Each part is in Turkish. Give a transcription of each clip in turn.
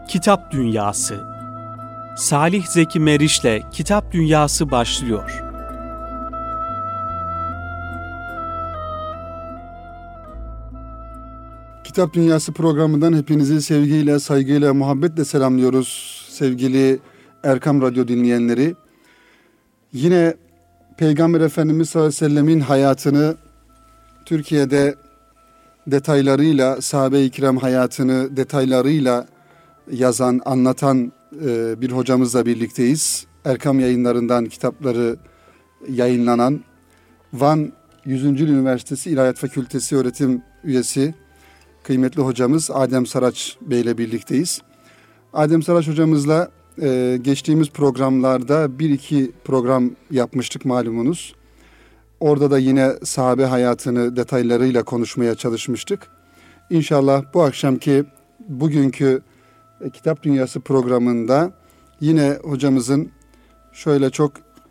Kitap Dünyası. Salih Zeki Meriç'le Kitap Dünyası başlıyor. Kitap Dünyası programından hepinizi sevgiyle, saygıyla, muhabbetle selamlıyoruz sevgili Erkam Radyo dinleyenleri. Yine Peygamber Efendimiz sallallahu aleyhi ve sellemin hayatını Türkiye'de detaylarıyla, sahabe-i kiram hayatını detaylarıyla yazan, anlatan bir hocamızla birlikteyiz. Erkam Yayınlarından kitapları yayınlanan Van 100. Üniversitesi İlahiyat Fakültesi öğretim üyesi kıymetli hocamız Adem Saraç Bey ile birlikteyiz. Adem Saraç hocamızla geçtiğimiz programlarda bir iki program yapmıştık malumunuz. Orada da yine sahabe hayatını detaylarıyla konuşmaya çalışmıştık. İnşallah bu akşamki bugünkü Kitap Dünyası programında yine hocamızın şöyle çok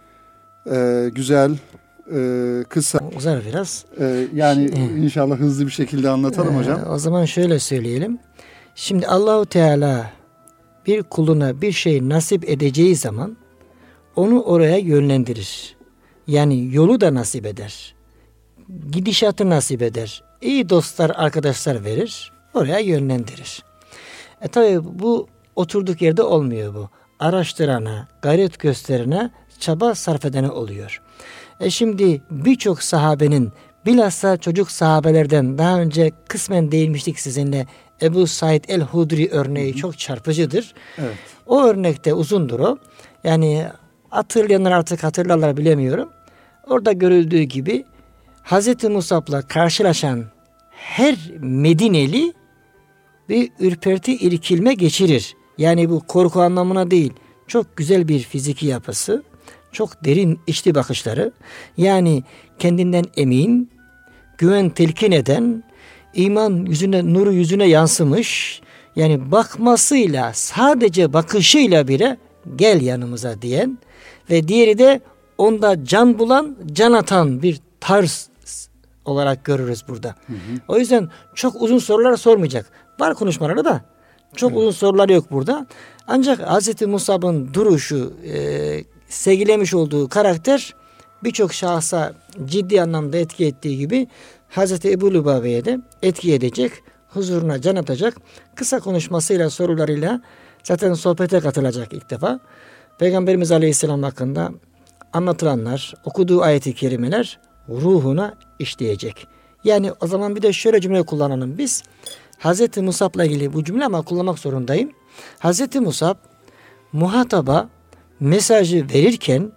güzel, kısa, uzar biraz. Yani inşallah hızlı bir şekilde anlatalım hocam. O zaman şöyle söyleyelim. Şimdi Allahu Teala bir kuluna bir şey nasip edeceği zaman onu oraya yönlendirir. Yani yolu da nasip eder. Gidişatı nasip eder. İyi dostlar, arkadaşlar verir. Oraya yönlendirir. Tabii bu oturduk yerde olmuyor bu. Araştırana, gayret gösterene, çaba sarf edene oluyor. Şimdi birçok sahabenin, bilhassa çocuk sahabelerden daha önce kısmen değinmiştik sizinle. Ebu Said el-Hudri örneği çok çarpıcıdır. Evet. O örnekte uzundur o. Yani hatırlayanlar artık hatırlarlar bilemiyorum. Orada görüldüğü gibi Hazreti Musab'la karşılaşan her Medineli bir ürperti, irkilme geçirir. Yani bu korku anlamına değil. Çok güzel bir fiziki yapısı. Çok derin içli bakışları. Yani kendinden emin, güven telkin eden, iman yüzüne, nuru yüzüne yansımış. Yani bakmasıyla, sadece bakışıyla bile gel yanımıza diyen ve diğeri de onda can bulan, can atan bir tarz olarak görürüz burada. Hı hı. O yüzden çok uzun sorular sormayacak. Var konuşmaları da çok uzun sorular yok burada. Ancak Hz. Musab'ın duruşu, sergilemiş olduğu karakter birçok şahsa ciddi anlamda etki ettiği gibi Hz. Ebu Lübabe'ye de etki edecek, huzuruna can atacak. Kısa konuşmasıyla, sorularıyla zaten sohbete katılacak ilk defa. Peygamberimiz Aleyhisselam hakkında anlatılanlar, okuduğu ayet-i kerimeler ruhuna işleyecek. Yani o zaman bir de şöyle cümle kullanalım biz. Hz. Musab'la ilgili bu cümle ama kullanmak zorundayım. Hz. Musab muhataba mesajı verirken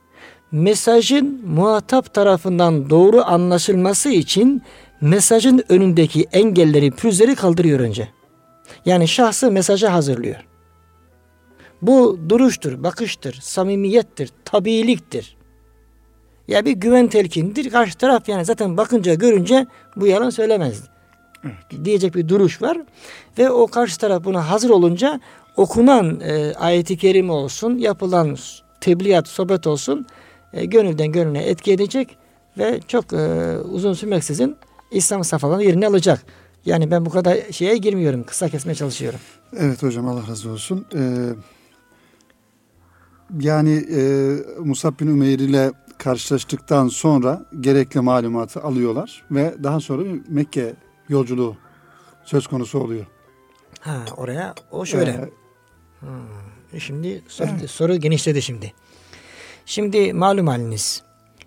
mesajın muhatap tarafından doğru anlaşılması için mesajın önündeki engelleri, pürüzleri kaldırıyor önce. Yani şahsı mesaja hazırlıyor. Bu duruştur, bakıştır, samimiyettir, tabiiliktir. Ya bir güven telkindir. Karşı taraf yani zaten bakınca, görünce bu yalan söylemez. Evet. Diyecek bir duruş var. Ve o karşı taraf buna hazır olunca okunan ayet-i kerime olsun, yapılan tebliğat, sohbet olsun gönülden gönüle etki edecek ve çok uzun sürmeksizin İslam safhalarını yerini alacak. Yani ben bu kadar şeye girmiyorum. Kısa kesmeye çalışıyorum. Evet hocam, Allah razı olsun. Musab bin Ümeyr ile karşılaştıktan sonra gerekli malumatı alıyorlar ve daha sonra Mekke yolculuğu söz konusu oluyor. Oraya o şöyle. Şimdi soru genişledi şimdi. Şimdi malum haliniz.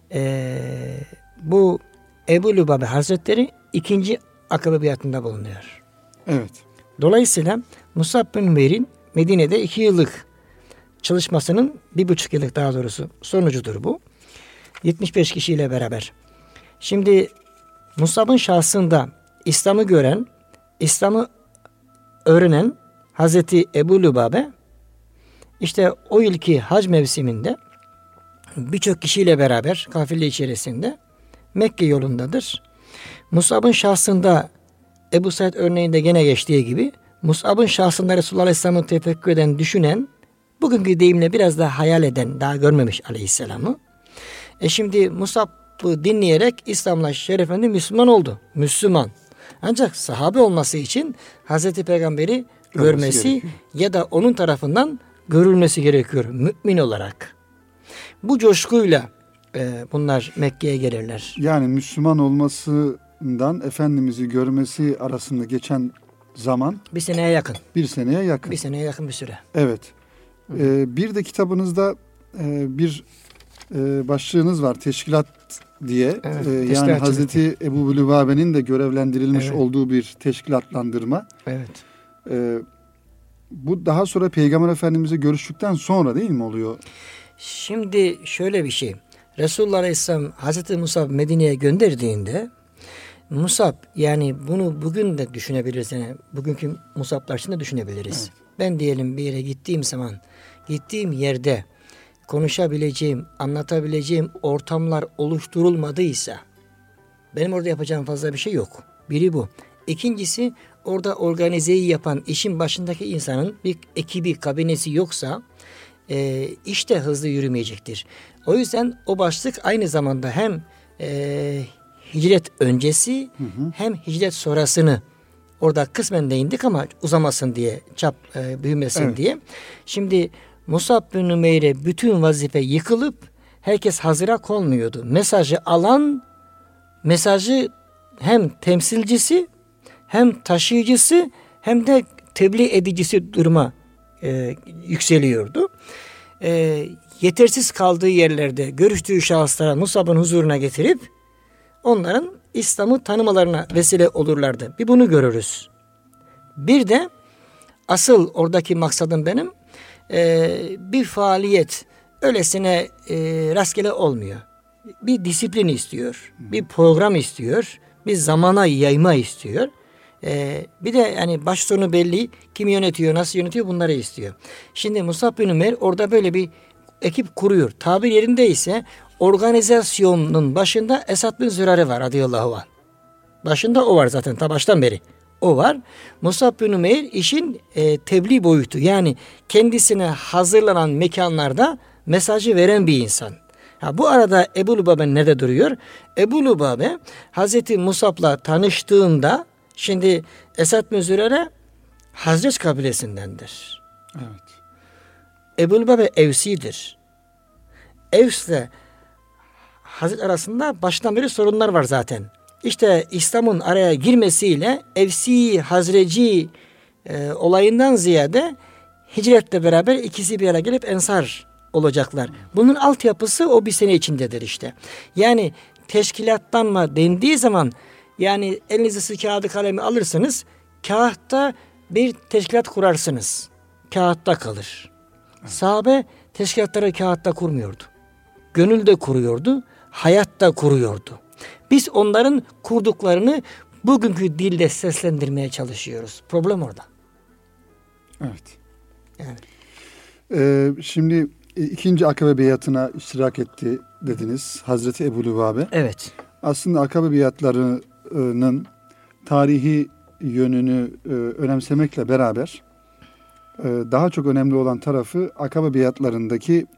Bu Ebu Lübabe Hazretleri 2. Akabe biatında bulunuyor. Evet. Dolayısıyla Musab bin Ümeyr'in Medine'de 2 yıllık çalışmasının 1,5 yıllık daha doğrusu sonucudur bu. 75 kişiyle beraber. Şimdi Musab'ın şahsında İslam'ı gören, İslam'ı öğrenen Hazreti Ebu Lübabe işte o yılki hac mevsiminde birçok kişiyle beraber kafile içerisinde Mekke yolundadır. Musab'ın şahsında Ebu Said örneğinde gene geçtiği gibi Musab'ın şahsında Resulullah Aleyhisselam'ı tefekkür eden, düşünen, bugünkü deyimle biraz daha hayal eden, daha görmemiş Aleyhisselam'ı. Şimdi Musab'ı dinleyerek İslam'la şerefendi Müslüman oldu. Müslüman. Ancak sahabe olması için Hazreti Peygamber'i görmesi gerekiyor. ya da onun tarafından görülmesi gerekiyor mümin olarak. Bu coşkuyla bunlar Mekke'ye gelirler. Yani Müslüman olmasından Efendimiz'i görmesi arasında geçen zaman Bir seneye yakın. bir seneye yakın. Bir seneye yakın bir süre. Evet. Bir de kitabınızda bir başlığınız var, teşkilat diye. Evet, Yani teşkilat Hazreti Ebu Lübabe'nin de görevlendirilmiş Evet. olduğu bir teşkilatlandırma. Evet. Bu daha sonra Peygamber Efendimiz'e görüştükten sonra değil mi oluyor? Şimdi şöyle bir şey. Resulullah Aleyhisselam Hazreti Musab Medine'ye gönderdiğinde Musab, yani bunu bugün de düşünebiliriz. Yani bugünkü Musablar için de düşünebiliriz. Evet. Ben diyelim bir yere gittiğim zaman gittiğim yerde konuşabileceğim, anlatabileceğim ortamlar oluşturulmadıysa benim orada yapacağım fazla bir şey yok. Biri bu. İkincisi, orada organizeyi yapan işin başındaki insanın bir ekibi, kabinesi yoksa iş de hızlı yürümeyecektir. O yüzden o başlık aynı zamanda hem hicret öncesi hem hicret sonrasını orada kısmen değindik ama uzamasın diye, büyümesin Evet. diye. Şimdi Musab bin Ümeyr'e bütün vazife yıkılıp herkes hazıra konmuyordu. Mesajı alan, mesajı hem temsilcisi hem taşıyıcısı hem de tebliğ edicisi duruma yükseliyordu. Yetersiz kaldığı yerlerde görüştüğü şahıslara Musab'ın huzuruna getirip onların İslam'ı tanımalarına vesile olurlardı. Bir bunu görürüz. Bir de asıl oradaki maksadım benim bir faaliyet öylesine rastgele olmuyor. Bir disiplin istiyor, bir program istiyor, bir zamana yayma istiyor. Bir de yani baş sonu belli, kim yönetiyor, nasıl yönetiyor bunları istiyor. Şimdi Musab bin Ümer orada böyle bir ekip kuruyor. Tabir yerindeyse organizasyonun başında Esad bin Zürare var radıyallahu anh. Başında o var zaten ta baştan beri. O var. Musab bin Ümeyr işin tebliğ boyutu. Yani kendisine hazırlanan mekanlarda mesajı veren bir insan. Bu arada Ebu Lübabe nerede duruyor? Ebu Lübabe Hazreti Musab'la tanıştığında, şimdi Esad bin Zürare Hazreç kabilesindendir. Evet. Ebu Lübabe Evsi'dir. Evs'le Hazret arasında baştan beri sorunlar var zaten. İşte İslam'ın araya girmesiyle Evsi, Hazreci olayından ziyade hicretle beraber ikisi bir araya gelip Ensar olacaklar. Bunun altyapısı o bir sene içindedir işte. Yani teşkilatlanma dendiği zaman, yani elinize kağıdı kalemi alırsınız, kağıtta bir teşkilat kurarsınız. Kağıtta kalır. Sahabe teşkilatları kağıtta kurmuyordu. Gönülde kuruyordu, hayatta kuruyordu. Biz onların kurduklarını bugünkü dilde seslendirmeye çalışıyoruz. Problem orada. Evet. Yani. Şimdi ikinci Akabe beyatına iştirak etti dediniz Hazreti Ebu Lübabe. Evet. Aslında Akabe beyatlarının tarihi yönünü önemsemekle beraber daha çok önemli olan tarafı Akabe beyatlarındaki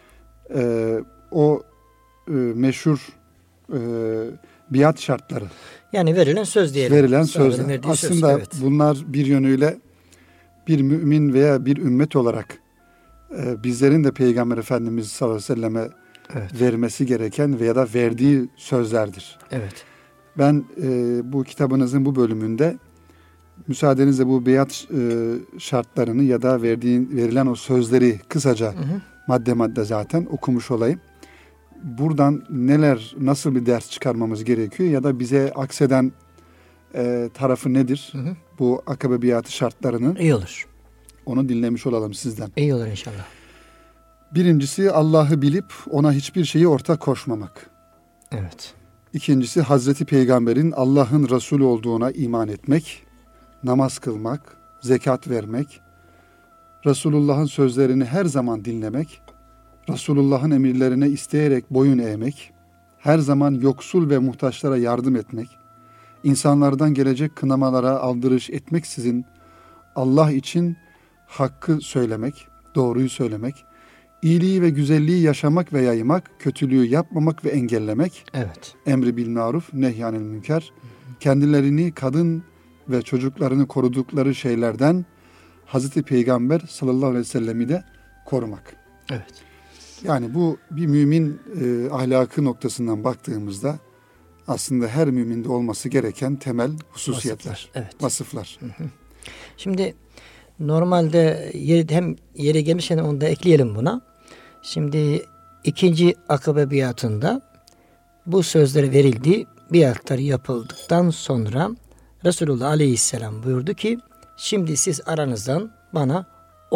o meşhur biat şartları. Yani verilen söz diyelim. Verilen Sahabenin sözler. verdiği Aslında söz, evet. bunlar bir yönüyle bir mümin veya bir ümmet olarak bizlerin de Peygamber Efendimiz sallallahu aleyhi ve selleme vermesi gereken veya da verdiği sözlerdir. Evet. Ben bu kitabınızın bu bölümünde müsaadenizle bu beyat şartlarını ya da verilen o sözleri kısaca madde madde zaten okumuş olayım. Buradan nasıl bir ders çıkarmamız gerekiyor ya da bize akseden tarafı nedir? Bu Akabe beyatı şartlarının. İyi olur. Onu dinlemiş olalım sizden. İyi olur inşallah. Birincisi Allah'ı bilip ona hiçbir şeyi ortak koşmamak. Evet. İkincisi Hazreti Peygamber'in Allah'ın Resulü olduğuna iman etmek, namaz kılmak, zekat vermek, Resulullah'ın sözlerini her zaman dinlemek, Resulullah'ın emirlerine isteyerek boyun eğmek, her zaman yoksul ve muhtaçlara yardım etmek, insanlardan gelecek kınamalara aldırış etmeksizin Allah için hakkı söylemek, doğruyu söylemek, iyiliği ve güzelliği yaşamak ve yaymak, kötülüğü yapmamak ve engellemek, Evet. emri bil maruf, nehyanil münker, kendilerini, kadın ve çocuklarını korudukları şeylerden Hazreti Peygamber sallallahu aleyhi ve sellemi de korumak. Evet. Yani bu bir mümin ahlakı noktasından baktığımızda aslında her müminde olması gereken temel hususiyetler, Vasıflar, evet. vasıflar. Şimdi normalde hem yere gelmişken onu da ekleyelim buna. Şimdi ikinci akabe biatında bu sözler verildi. Biatlar yapıldıktan sonra Resulullah Aleyhisselam buyurdu ki şimdi siz aranızdan bana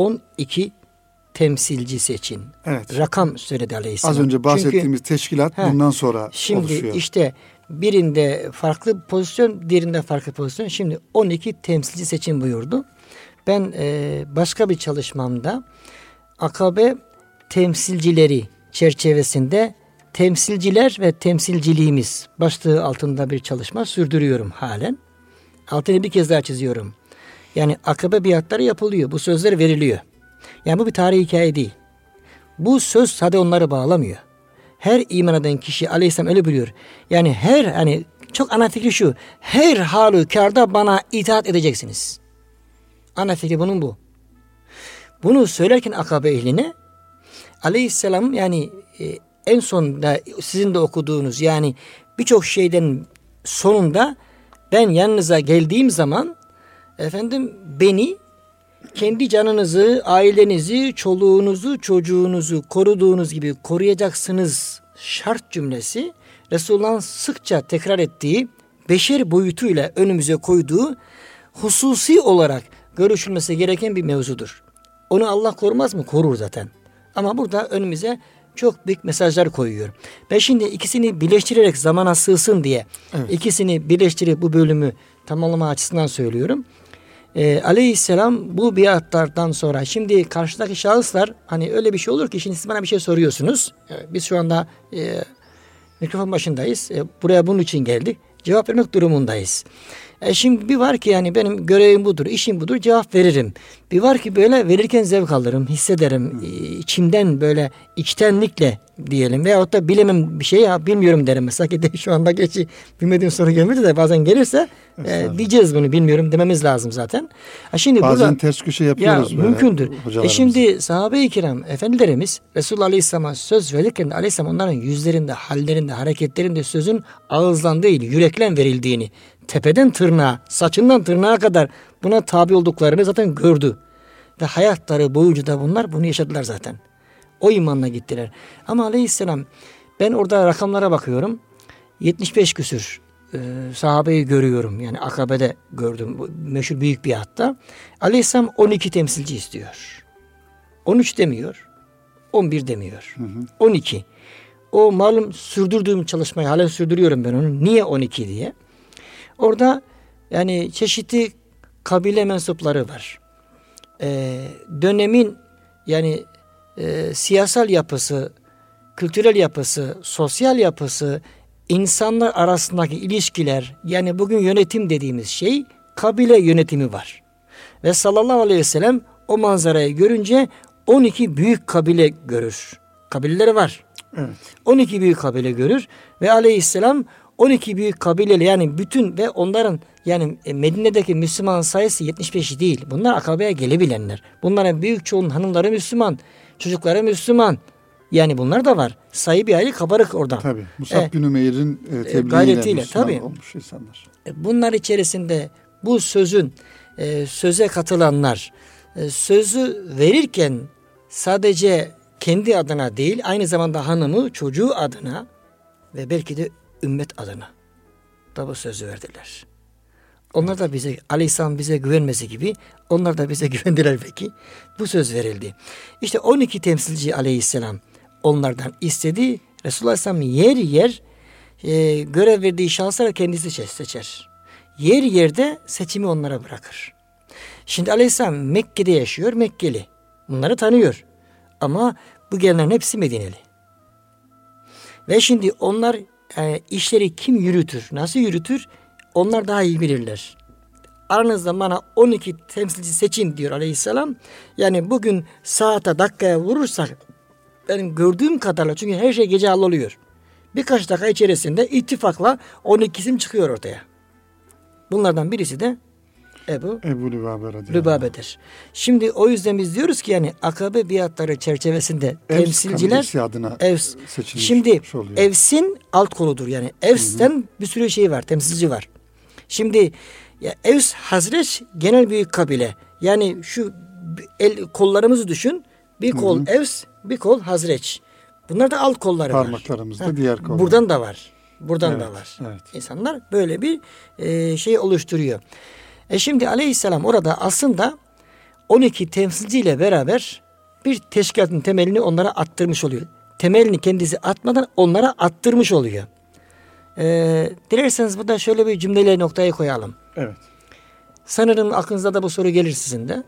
12 temsilci seçin. Evet. Rakam söyledi Aleyhisselam. Az önce bahsettiğimiz teşkilat bundan sonra şimdi oluşuyor. Şimdi işte birinde farklı pozisyon, diğerinde farklı pozisyon. Şimdi 12 temsilci seçin buyurdu. Ben başka bir çalışmamda akabe temsilcileri çerçevesinde temsilciler ve temsilciliğimiz başlığı altında bir çalışma sürdürüyorum halen. Altını bir kez daha çiziyorum. Yani akabe biatları yapılıyor. Bu sözler veriliyor. Yani bu bir tarihi hikaye değil. Bu söz sadece onları bağlamıyor. Her iman eden kişi Aleyhisselam öyle biliyor. Yani hani çok ana fikri şu. Her halükarda bana itaat edeceksiniz. Ana fikri bunun bu. Bunu söylerken akabe ehline Aleyhisselam yani en sonunda sizin de okuduğunuz yani birçok şeyden sonunda ben yanınıza geldiğim zaman efendim beni kendi canınızı, ailenizi, çoluğunuzu, çocuğunuzu koruduğunuz gibi koruyacaksınız şart cümlesi Resulullah'ın sıkça tekrar ettiği beşer boyutuyla önümüze koyduğu hususi olarak görüşülmesi gereken bir mevzudur. Onu Allah korumaz mı? Korur zaten. Ama burada önümüze çok büyük mesajlar koyuyor. Ben şimdi ikisini birleştirerek zamana sığsın diye ikisini birleştirip bu bölümü tamamlama açısından söylüyorum. Aleyhisselam bu biatlardan sonra şimdi karşıdaki şahıslar hani öyle bir şey olur ki şimdi siz bana bir şey soruyorsunuz. Biz şu anda mikrofon başındayız. Buraya bunun için geldik. Cevap vermek durumundayız. Şimdi bir var ki yani benim görevim budur, işim budur, cevap veririm. Bir var ki böyle verirken zevk alırım, hissederim. İçimden böyle içtenlikle diyelim. Veyahut da bilemem bir şey ya bilmiyorum derim. Mesela ki şu anda geçi bilmediğim soru gelmedi de bazen gelirse diyeceğiz bunu bilmiyorum dememiz lazım zaten. Şimdi bazen burada, ters köşe yapıyoruz. Mümkündür. Şimdi sahabe-i kiram efendilerimiz Resulullah Aleyhisselam'a söz verirken Aleyhisselam onların yüzlerinde, hallerinde, hareketlerinde sözün ağızdan değil yüreklen verildiğini tepeden tırnağa, saçından tırnağa kadar buna tabi olduklarını zaten gördü. Ve hayatları boyunca da bunlar bunu yaşadılar zaten. O imanla gittiler. Ama Aleyhisselam ben orada rakamlara bakıyorum. 75 küsür sahabeyi görüyorum. Yani Akabe'de gördüm. Meşhur büyük bir hatta. Aleyhisselam 12 temsilci istiyor. 13 demiyor. 11 demiyor. 12. O malum sürdürdüğüm çalışmayı halen sürdürüyorum ben onu. Niye 12 diye? Orada yani çeşitli kabile mensupları var. Dönemin yani siyasal yapısı, kültürel yapısı, sosyal yapısı, insanlar arasındaki ilişkiler yani bugün yönetim dediğimiz şey kabile yönetimi var. Ve sallallahu aleyhi ve sellem o manzarayı görünce 12 büyük kabile görür. Kabileleri var. Evet. 12 büyük kabile görür ve aleyhisselam 12 büyük kabileyle yani bütün ve onların yani Medine'deki Müslüman sayısı 75 değil. Bunlar akabeye gelebilenler. Bunların büyük çoğunun hanımları Müslüman, çocukları Müslüman. Yani bunlar da var. Sayı bir ayrı kabarık oradan. Tabii. Musab bin Ümeyr'in tebliğiyle gayretiyle, Müslüman tabii. olmuş insanlar. Bunlar içerisinde bu sözün söze katılanlar sözü verirken sadece kendi adına değil aynı zamanda hanımı çocuğu adına ve belki de ümmet adına da bu sözü verdiler. Onlar da bize Aleyhisselam bize güvenmesi gibi onlar da bize güvendiler peki. Bu söz verildi. İşte 12 temsilci Aleyhisselam onlardan istedi. Resulullah Aleyhisselam yer yer görev verdiği şahıslara kendisi seçer. Yer yerde seçimi onlara bırakır. Şimdi Aleyhisselam Mekke'de yaşıyor, Mekkeli. Bunları tanıyor. Ama bu gelenlerin hepsi Medineli. Ve şimdi onlar işleri kim yürütür, nasıl yürütür? Onlar daha iyi bilirler. Aranızda bana 12 temsilci seçin diyor Aleyhisselam. Yani bugün saate dakikaya vurursak benim gördüğüm kadarıyla çünkü her şey gece halloluyor. Birkaç dakika içerisinde ittifakla 12 isim çıkıyor ortaya. Bunlardan birisi de Ebu Lübabe radıyallahu anh. Lübabe'dir. Şimdi o yüzden biz diyoruz ki yani akabe biatları çerçevesinde temsilciler kabilesi adına Evs. seçilmiş Şimdi oluyor. Evs'in alt koludur. Yani Evs'ten bir sürü şey var, temsilci var. Şimdi ya Evs Hazreç genel büyük kabile. Yani şu kollarımızı düşün. Bir kol Evs, bir kol Hazreç. Bunlar da alt kolları var. Parmaklarımızda diğer kollar. Buradan da var. Buradan Evet, da var. evet. İnsanlar böyle bir şey oluşturuyor. Şimdi Aleyhisselam orada aslında 12 temsilciyle beraber bir teşkilatın temelini onlara attırmış oluyor. Temelini kendisi atmadan onlara attırmış oluyor. Dilerseniz burada şöyle bir cümleyle noktayı koyalım. Evet. Sanırım aklınıza da bu soru gelir sizin de.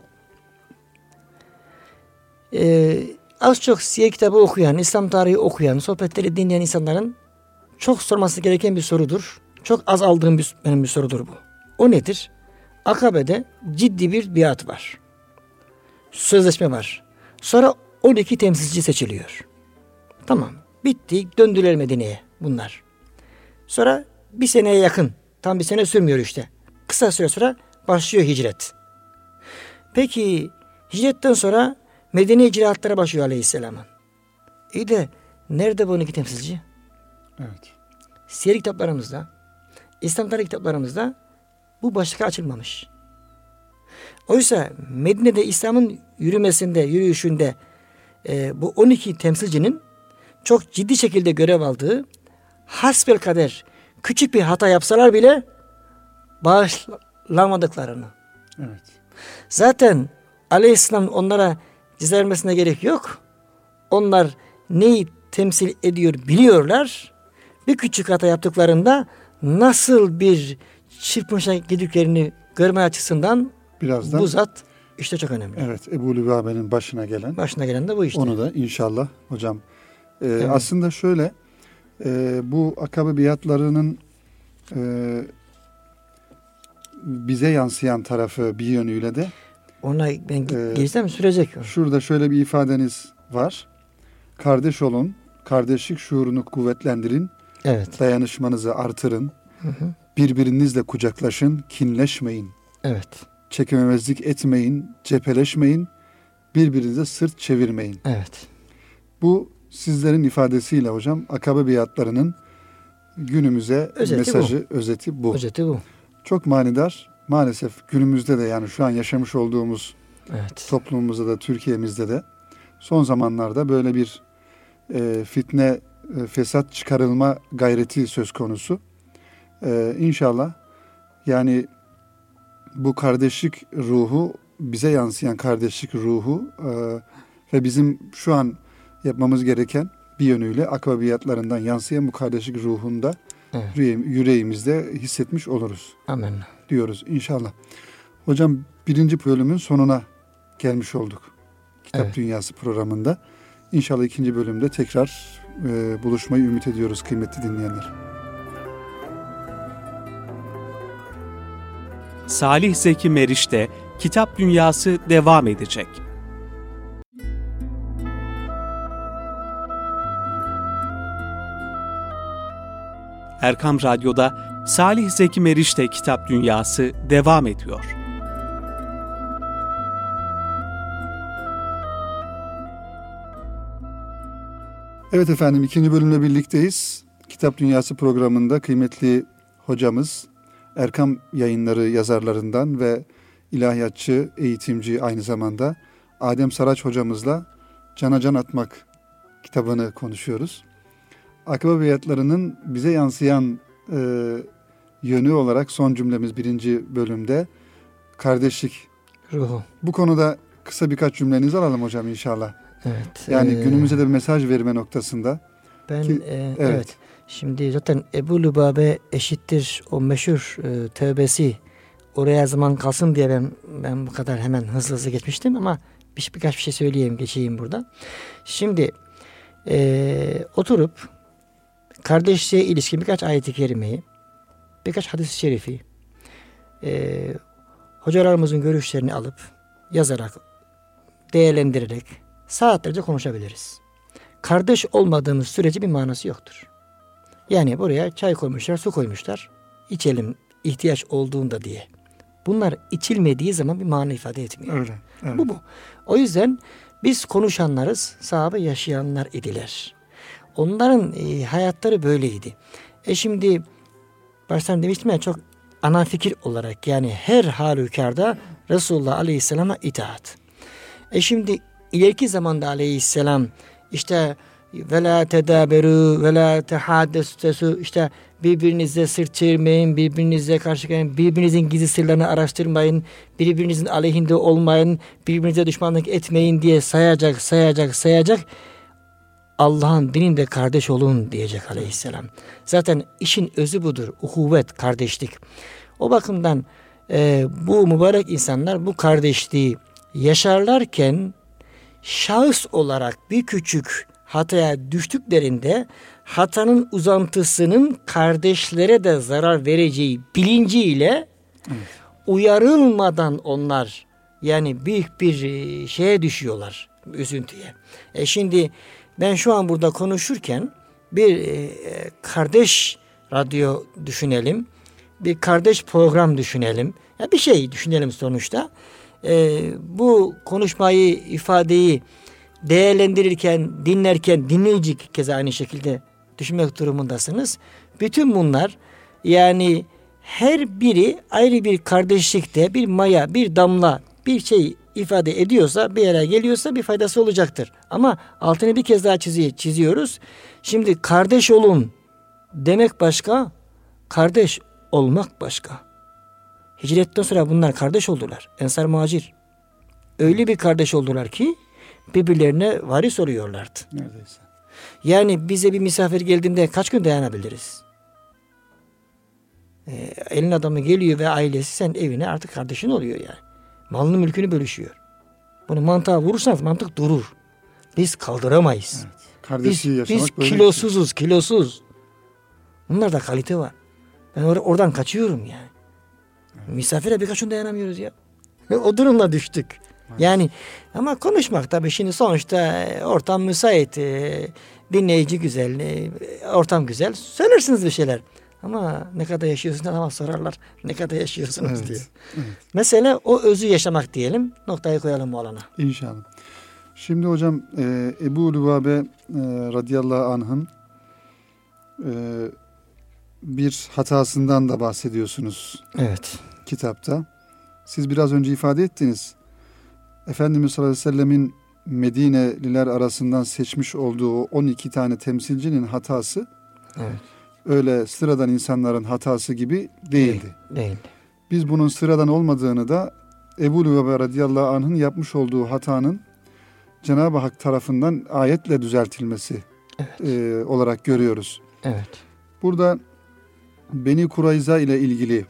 Az çok siyer kitabı okuyan, İslam tarihi okuyan, sohbetleri dinleyen insanların çok sorması gereken bir sorudur. Çok az aldığım benim bir sorudur bu. O nedir? Akabe'de ciddi bir biat var. Sözleşme var. Sonra 12 temsilci seçiliyor. Tamam. Bitti. Döndüler Medine'ye bunlar. Sonra bir seneye yakın. Tam bir sene sürmüyor işte. Kısa süre sonra başlıyor hicret. Peki hicretten sonra Medine icraatlara başlıyor Aleyhisselam'ın. İyi de nerede bu 12 temsilci? Evet. Siyer kitaplarımızda, İslam tarihi kitaplarımızda bu başlıklar açılmamış. Oysa Medine'de İslam'ın yürüyüşünde bu 12 temsilcinin çok ciddi şekilde görev aldığı, hasbelkader küçük bir hata yapsalar bile bağışlanmadıklarını. Evet. Zaten Aleyhisselam onlara ceza vermesine gerek yok. Onlar neyi temsil ediyor biliyorlar. Bir küçük hata yaptıklarında nasıl bir çırpınışa gidiklerini görme açısından birazdan bu zat işte çok önemli. Evet, Ebu Lübabe'nin başına gelen. Başına gelen de bu işte. Onu da inşallah hocam. Evet. Aslında şöyle bu akabe biatlarının bize yansıyan tarafı bir yönüyle de ona ben girsem sürecek. Şurada şöyle bir ifadeniz var. Kardeş olun, kardeşlik şuurunu kuvvetlendirin, Evet. dayanışmanızı artırın, Hı. birbirinizle kucaklaşın, kinleşmeyin, Evet. çekememezlik etmeyin, cepheleşmeyin, birbirinize sırt çevirmeyin. Evet. Bu sizlerin ifadesiyle hocam akabe biatlarının günümüze Özeti mesajı, özeti bu. Özeti bu. Çok manidar. Maalesef günümüzde de yani şu an yaşamış olduğumuz Evet. toplumumuzda da Türkiye'mizde de son zamanlarda böyle bir fitne, fesat çıkarılma gayreti söz konusu. İnşallah yani bu kardeşlik ruhu, bize yansıyan kardeşlik ruhu ve bizim şu an yapmamız gereken bir yönüyle akabiyatlarından yansıyan bu kardeşlik ruhunda Evet. yüreğimizde hissetmiş oluruz. Amin. Diyoruz inşallah. Hocam 1. bölümün sonuna gelmiş olduk. Kitap Evet. Dünyası programında. İnşallah 2. bölümde tekrar buluşmayı ümit ediyoruz kıymetli dinleyenler. Salih Zeki Meriç'te Kitap Dünyası devam edecek. Erkam Radyo'da Salih Zeki Meriç'te Kitap Dünyası devam ediyor. Evet efendim 2. bölümle birlikteyiz. Kitap Dünyası programında kıymetli hocamız Erkam Yayınları yazarlarından ve ilahiyatçı, eğitimci aynı zamanda Adem Saraç hocamızla Cana Can Atmak kitabını konuşuyoruz. Akabiyatlarının bize yansıyan yönü olarak son cümlemiz 1. bölümde kardeşlik. Ruhu. Bu konuda kısa birkaç cümlenizi alalım hocam inşallah. Evet. Yani günümüze de bir mesaj verme noktasında. Ben evet. evet. Şimdi zaten Ebu Lübabe eşittir o meşhur tövbesi. Oraya zaman kalsın diye ben bu kadar hemen hızlı geçmiştim ama birkaç bir şey geçeyim burada. Şimdi oturup kardeşliğe ilişkin birkaç ayet-i kerimeyi, birkaç hadis-i şerifi hocalarımızın görüşlerini alıp yazarak, değerlendirerek saatlerce konuşabiliriz. Kardeş olmadığımız sürece bir manası yoktur. Yani buraya çay koymuşlar, su koymuşlar. İçelim ihtiyaç olduğunda diye. Bunlar içilmediği zaman bir mana ifade etmiyor. Öyle. Evet. Bu. O yüzden biz konuşanlarız, sahabe yaşayanlar idiler. Onların hayatları böyleydi. Şimdi baştan demiştim ya, çok ana fikir olarak yani her halükarda Resulullah Aleyhisselam'a itaat. Şimdi ileriki zamanda Aleyhisselam işte ve la tedaberu ve la tehaddesu, işte birbirinize sırt çevirmeyin, birbirinize karşı gelmeyin, birbirinizin gizli sırlarını araştırmayın, birbirinizin aleyhinde olmayın, birbirinize düşmanlık etmeyin diye sayacak. Allah'ın dininde kardeş olun diyecek Aleyhisselam. Zaten işin özü budur. Uhuvvet, kardeşlik. O bakımdan bu mübarek insanlar bu kardeşliği yaşarlarken şahıs olarak bir küçük hataya düştüklerinde hatanın uzantısının kardeşlere de zarar vereceği bilinciyle uyarılmadan onlar yani büyük bir şeye düşüyorlar, üzüntüye. Şimdi ben şu an burada konuşurken bir kardeş radyo düşünelim, bir kardeş program düşünelim, ya bir şey düşünelim sonuçta. Bu konuşmayı, ifadeyi değerlendirirken, dinlerken dinleyici keza aynı şekilde düşünmek durumundasınız. Bütün bunlar yani her biri ayrı bir kardeşlikte bir maya, bir damla, bir şey ifade ediyorsa, bir yere geliyorsa bir faydası olacaktır. Ama altını bir kez daha çiziyoruz. Şimdi kardeş olun demek başka, kardeş olmak başka. Hicretten sonra bunlar kardeş oldular. Ensar Muhacir. Öyle bir kardeş oldular ki birbirlerine varis oluyorlardı. Neredeyse. Yani bize bir misafir geldiğinde kaç gün dayanabiliriz? Elin adamı geliyor ve ailesi sen evine artık kardeşin oluyor yani. Malını mülkünü bölüşüyor. Bunu mantığa vurursanız mantık durur. Biz kaldıramayız. Evet. Kardeşliği yaşamak biz kilosuz. Bunlarda kalite var. Ben oradan kaçıyorum yani. Evet. Misafire birkaç gün dayanamıyoruz ya. O durumla düştük. Evet. Yani ama konuşmak tabii şimdi sonuçta ortam müsait. Dinleyici güzel. Ortam güzel. Söylersiniz bir şeyler. Ama ne kadar yaşıyorsunuz ama sorarlar. Ne kadar yaşıyorsunuz evet, diye. Evet. Mesele o özü yaşamak diyelim. Noktayı koyalım bu alana. İnşallah. Şimdi hocam Ebu Lübabe radıyallahu anh'ın bir hatasından da bahsediyorsunuz. Evet. Kitapta. Siz biraz önce ifade ettiniz. Efendimiz sallallahu aleyhi ve sellemin Medineliler arasından seçmiş olduğu 12 tane temsilcinin hatası evet, öyle sıradan insanların hatası gibi değildi. Değil. Biz bunun sıradan olmadığını da Ebu Lübabe radıyallahu anh'ın yapmış olduğu hatanın Cenab-ı Hak tarafından ayetle düzeltilmesi evet, olarak görüyoruz. Evet. Burada Beni Kurayza ile ilgili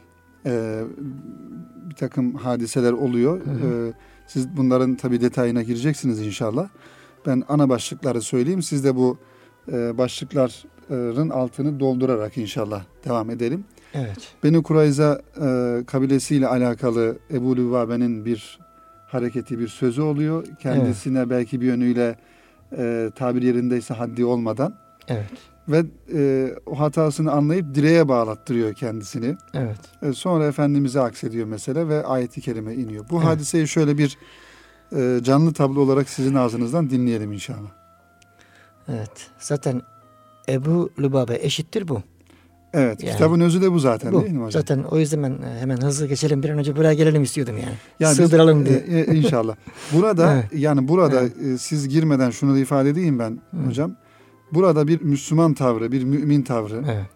bir takım hadiseler oluyor. Siz bunların tabii detayına gireceksiniz inşallah. Ben ana başlıkları söyleyeyim. Siz de bu başlıkların altını doldurarak inşallah devam edelim. Evet. Beni Kurayza kabilesiyle alakalı Ebu Lübabe'nin bir hareketi, bir sözü oluyor. Kendisine evet, belki bir yönüyle tabir yerindeyse haddi olmadan. Evet. Ve o hatasını anlayıp direğe bağlattırıyor kendisini. Evet. Sonra Efendimiz'e aksediyor mesele ve ayet-i kerime iniyor. Bu evet, hadiseyi şöyle bir canlı tablo olarak sizin ağzınızdan dinleyelim inşallah. Evet. Zaten Ebu Lübabe eşittir bu. Evet. Yani, kitabın özü de bu zaten değil mi hocam? Zaten o yüzden ben hemen hızlı geçelim. Bir an önce buraya gelelim istiyordum yani. Sığdıralım diye. İnşallah. Burada evet, yani burada evet, siz girmeden şunu da ifade edeyim ben hocam. Burada bir Müslüman tavrı, bir mümin tavrı evet,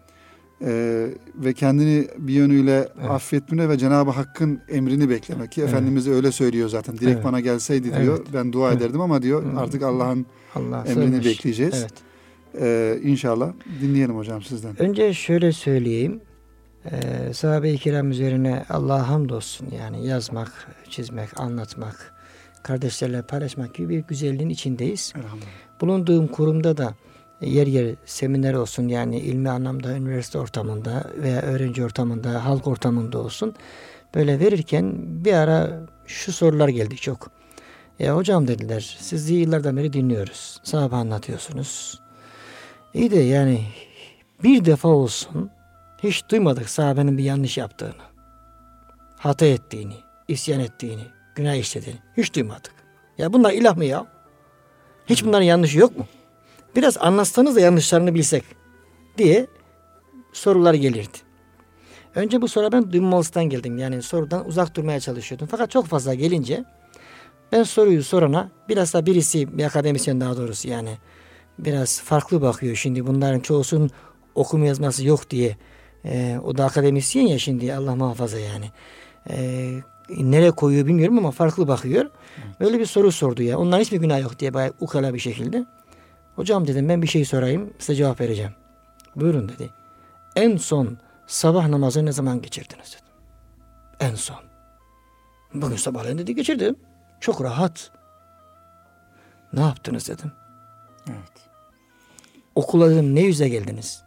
ve kendini bir yönüyle evet, affetmene ve Cenab-ı Hakk'ın emrini beklemek ki evet, Efendimiz öyle söylüyor zaten. Direkt evet, bana gelseydi diyor evet, ben dua evet, ederdim ama diyor artık Allah'ın emrini söylemiş, bekleyeceğiz. Evet. İnşallah dinleyelim hocam sizden. Önce şöyle söyleyeyim. Sahabe-i kiram üzerine Allah'a hamdolsun. Yani yazmak, çizmek, anlatmak, kardeşlerle paylaşmak gibi bir güzelliğin içindeyiz. Bulunduğum kurumda da yer yer seminer olsun, yani ilmi anlamda üniversite ortamında veya öğrenci ortamında, halk ortamında olsun. Böyle verirken bir ara şu sorular geldi çok. Hocam dediler, sizi yıllardan beri dinliyoruz. Sahabe anlatıyorsunuz. İyi de yani bir defa olsun hiç duymadık sahabenin bir yanlış yaptığını. hata ettiğini, isyan ettiğini, günah işlediğini hiç duymadık. Ya bunlar ilah mı ya? Hiç bunların yanlışı yok mu? Biraz anlatsanız da yanlışlarını bilsek diye sorular gelirdi. Önce bu soruya ben duymamazlıktan geldim. Yani sorudan uzak durmaya çalışıyordum. Fakat çok fazla gelince ben soruyu sorana biraz da birisi, bir akademisyen daha doğrusu yani biraz farklı bakıyor. Şimdi bunların çoğusunun okuma yazması yok diye. O da akademisyen ya şimdi, Allah muhafaza yani. Nereye koyuyor bilmiyorum ama farklı bakıyor. Evet. Böyle bir soru sordu ya. Onların hiçbir günah yok diye bayağı ukala bir şekilde. Hocam dedim, ben bir şey sorayım, size cevap vereceğim. Buyurun dedi. En son sabah namazını ne zaman geçirdiniz dedim. En son. Bugün sabahleyin dedi geçirdim. Çok rahat. Ne yaptınız dedim. Evet. Okula dedim ne yüze geldiniz?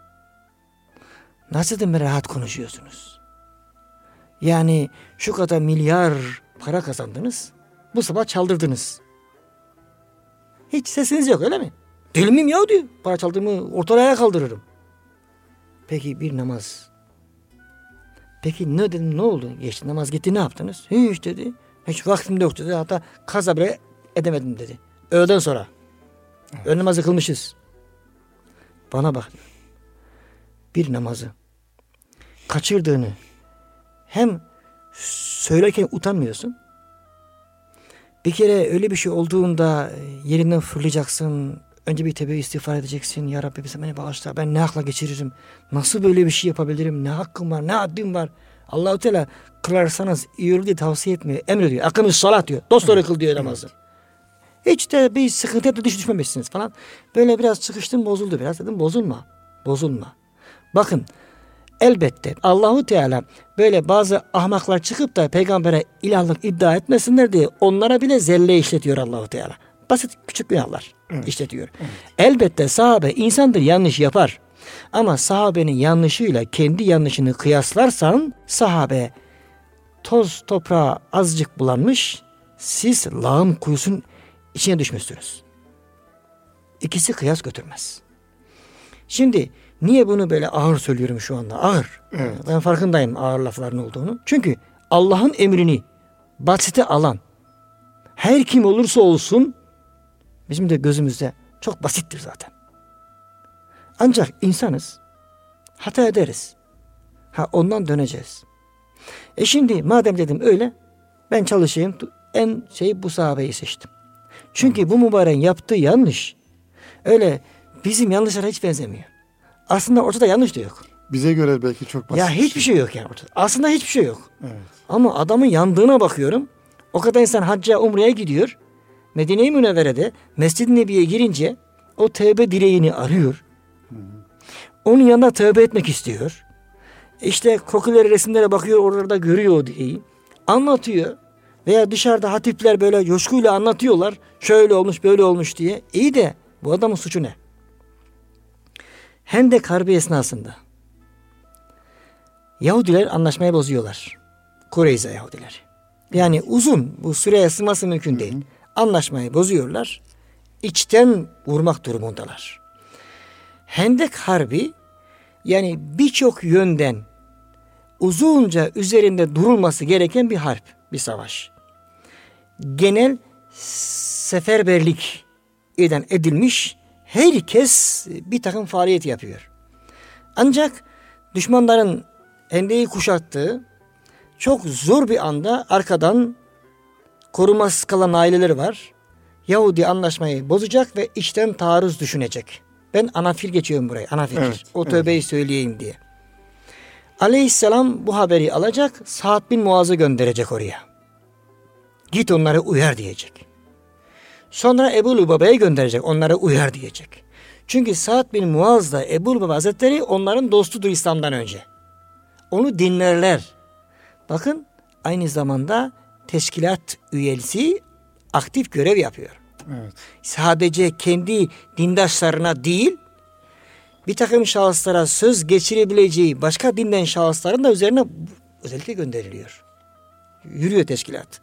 Nasıl dedim rahat konuşuyorsunuz? Yani şu kadar milyar para kazandınız. Bu sabah çaldırdınız. Hiç sesiniz yok öyle mi? Deli miyim ya diyor. Para çaldığımı ortalığa kaldırırım. Peki bir namaz. Peki ne dedim, ne oldu? Geçti namaz gitti, ne yaptınız? Hiç dedi. Hiç vaktim yok dedi. Hatta kaza bile edemedim dedi. Öğleden sonra. Evet. Öğle namazı kılmışız. Bana bak. Bir namazı kaçırdığını hem söylerken utanmıyorsun. Bir kere öyle bir şey olduğunda yerinden fırlayacaksın. Önce bir tövbe istiğfar edeceksin. Ya Rabbi bize beni bağışla. Ben ne hakla geçiririm? Nasıl böyle bir şey yapabilirim? Ne hakkım var? Ne haddim var? Allah-u Teala kılarsanız iyi olur diye tavsiye etmiyor. Emrediyor. Akımız salat diyor. Dosdoğru kıl diyor namazı. Hiç de bir sıkıntı hep de düşmemişsiniz falan. Böyle biraz çıkıştım, bozuldu biraz. Dedim bozulma. Bozulma. Bakın elbette Allahu Teala böyle bazı ahmaklar çıkıp da peygambere ilahlık iddia etmesinler diye onlara bile zelle işletiyor Allahu Teala. Basit küçük günahlar işletiyor. Evet. Elbette sahabe insandır, yanlış yapar. Ama sahabenin yanlışıyla kendi yanlışını kıyaslarsan sahabe toz toprağa azıcık bulanmış, siz lağım kuyusunun içine düşmüşsünüz. İkisi kıyas götürmez. Şimdi niye bunu böyle ağır söylüyorum şu anda? Ağır. Evet. Ben farkındayım ağır lafların olduğunu. Çünkü Allah'ın emrini basite alan her kim olursa olsun bizim de gözümüzde çok basittir zaten. Ancak insanız. Hata ederiz. Ondan döneceğiz. Şimdi madem dedim öyle, ben çalışayım, en bu sahabeyi seçtim. Çünkü bu mübareğin yaptığı yanlış öyle bizim yanlışlara hiç benzemiyor. Aslında ortada yanlış da yok. Bize göre belki çok basit. Ya hiçbir şey yok yani ortada. Aslında hiçbir şey yok. Evet. Ama adamın yandığına bakıyorum. O kadar insan hacca, umreye gidiyor. Medine-i Münevvere'de Mescid-i Nebi'ye girince o tövbe dileğini arıyor. Onun yanına tövbe etmek istiyor. İşte kokuları, resimlere bakıyor, oralarda görüyor o dileği. Anlatıyor. Veya dışarıda hatipler böyle coşkuyla anlatıyorlar. Şöyle olmuş, böyle olmuş diye. İyi de bu adamın suçu ne? Hendek Harbi esnasında Yahudiler anlaşmayı bozuyorlar. Kureyze Yahudiler. Yani uzun, bu süreye sığması mümkün değil. Anlaşmayı bozuyorlar. İçten vurmak durumundalar. Hendek Harbi yani birçok yönden uzunca üzerinde durulması gereken bir harp, bir savaş. Genel seferberlik edilmiş, herkes bir takım faaliyet yapıyor. Ancak düşmanların Hendek'i kuşattığı çok zor bir anda arkadan korumasız kalan aileleri var. Yahudi anlaşmayı bozacak ve içten taarruz düşünecek. Ben anafil geçiyorum buraya. Anafil. Evet, o tövbeyi söyleyeyim diye. Aleyhisselam bu haberi alacak. Sa'd bin Muaz'ı gönderecek oraya. Git onları uyar diyecek. Sonra Ebu Lubaba'yı gönderecek. Onları uyar diyecek. Çünkü Sa'd bin Muaz da Ebu Lubaba Hazretleri onların dostudur İslam'dan önce. Onu dinlerler. Bakın aynı zamanda teşkilat üyesi aktif görev yapıyor. Evet. Sadece kendi dindaşlarına değil, bir takım şahıslara söz geçirebileceği başka dinden şahısların da üzerine özellikle gönderiliyor. Yürüyor teşkilat.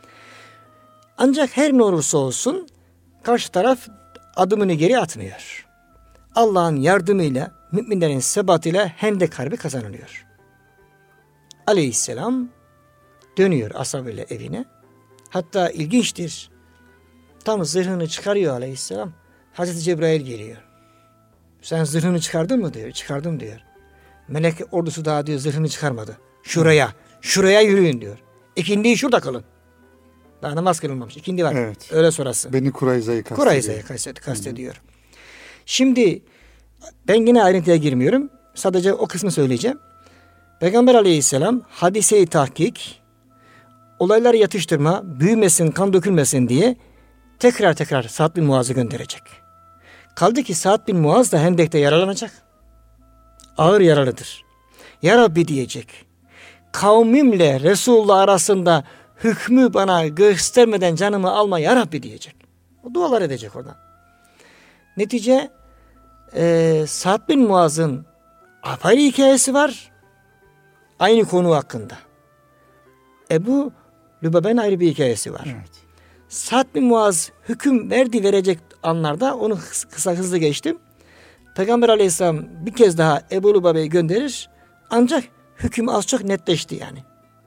Ancak her ne olursa olsun karşı taraf adımını geri atmıyor. Allah'ın yardımıyla, müminlerin sebatıyla Hendek Harbi kazanılıyor. Aleyhisselam Dönüyor ashabıyla evine. Hatta ilginçtir. Tam zırhını çıkarıyor aleyhisselam. Hazreti Cebrail geliyor. Sen zırhını çıkardın mı diyor. Çıkardım diyor. Melek ordusu daha diyor zırhını çıkarmadı. Şuraya yürüyün diyor. İkindiyi şurada kılın. Daha namaz kılınmamış. İkindi var. Evet. Öyle sonrası. Beni Kurayza'yı kastediyor. Şimdi ben yine ayrıntıya girmiyorum. Sadece o kısmı söyleyeceğim. Peygamber aleyhisselam hadise-i tahkik, olayları yatıştırma, büyümesin, kan dökülmesin diye tekrar Sa'd bin Muaz'ı gönderecek. Kaldı ki Sa'd bin Muaz da Hendek'te yaralanacak. Ağır yaralıdır. Ya Rabbi diyecek. Kavmimle Resulullah arasında hükmü bana göstermeden canımı alma ya Rabbi diyecek. O dualar edecek oradan. Netice Sa'd bin Muaz'ın apayrı hikayesi var. Aynı konu hakkında. Ebu Lübabe'nin ayrı bir hikayesi var. Evet. Sa'd bin Muaz hüküm verecek anlarda onu hızlı geçtim. Peygamber aleyhisselam bir kez daha Ebu Lübabe'yi gönderir. Ancak hüküm az çok netleşti yani.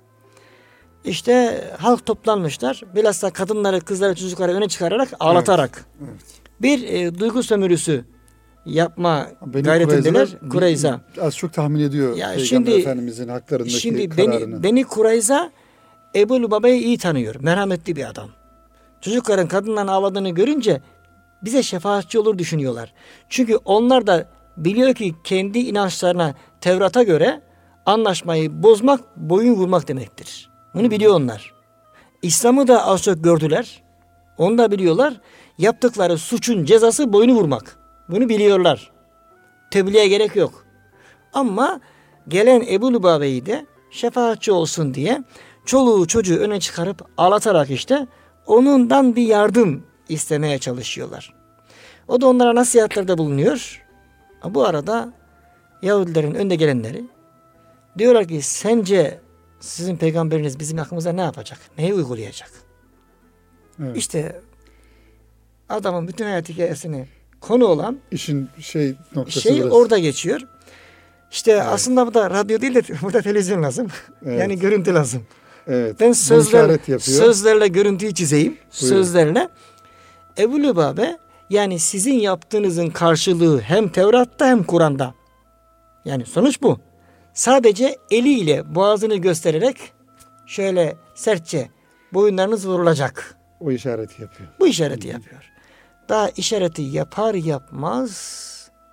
İşte halk toplanmışlar. Bilhassa kadınları, kızları, çocukları öne çıkararak, ağlatarak. Evet. Bir duygu sömürüsü yapma gayretindeler. Kureyza. Az çok tahmin ediyor ya Peygamber şimdi, Efendimizin haklarındaki kararını. Beni Kureyza Ebu Lübabe'yi iyi tanıyor. Merhametli bir adam. Çocukların kadınların ağladığını görünce bize şefaatçi olur düşünüyorlar. Çünkü onlar da biliyor ki kendi inançlarına, Tevrat'a göre anlaşmayı bozmak, boyun vurmak demektir. Bunu biliyor onlar. İslam'ı da az çok gördüler. Onu da biliyorlar. Yaptıkları suçun cezası boynu vurmak. Bunu biliyorlar. Tebliğe gerek yok. Ama gelen Ebu Lübabe'yi de şefaatçi olsun diye çoluğu çocuğu öne çıkarıp ağlatarak işte onundan bir yardım istemeye çalışıyorlar. O da onlara nasihatlerde bulunuyor. Bu arada Yahudilerin önde gelenleri diyorlar ki sence sizin peygamberiniz bizim hakkımızda ne yapacak? Neyi uygulayacak? Evet. İşte adamın bütün hayat hikayesini konu olan işin noktası orada geçiyor. İşte aslında bu da radyo değil de burada televizyon lazım. Evet. Yani görüntü lazım. Evet. Ben sözlerle görüntüyü çizeyim. Buyurun. Sözlerle. Ebu Lübabe yani sizin yaptığınızın karşılığı hem Tevrat'ta hem Kur'an'da. Yani sonuç bu. Sadece eliyle boğazını göstererek şöyle sertçe boyunlarınız vurulacak. O işareti yapıyor. Bu işareti yapıyor. Daha işareti yapar yapmaz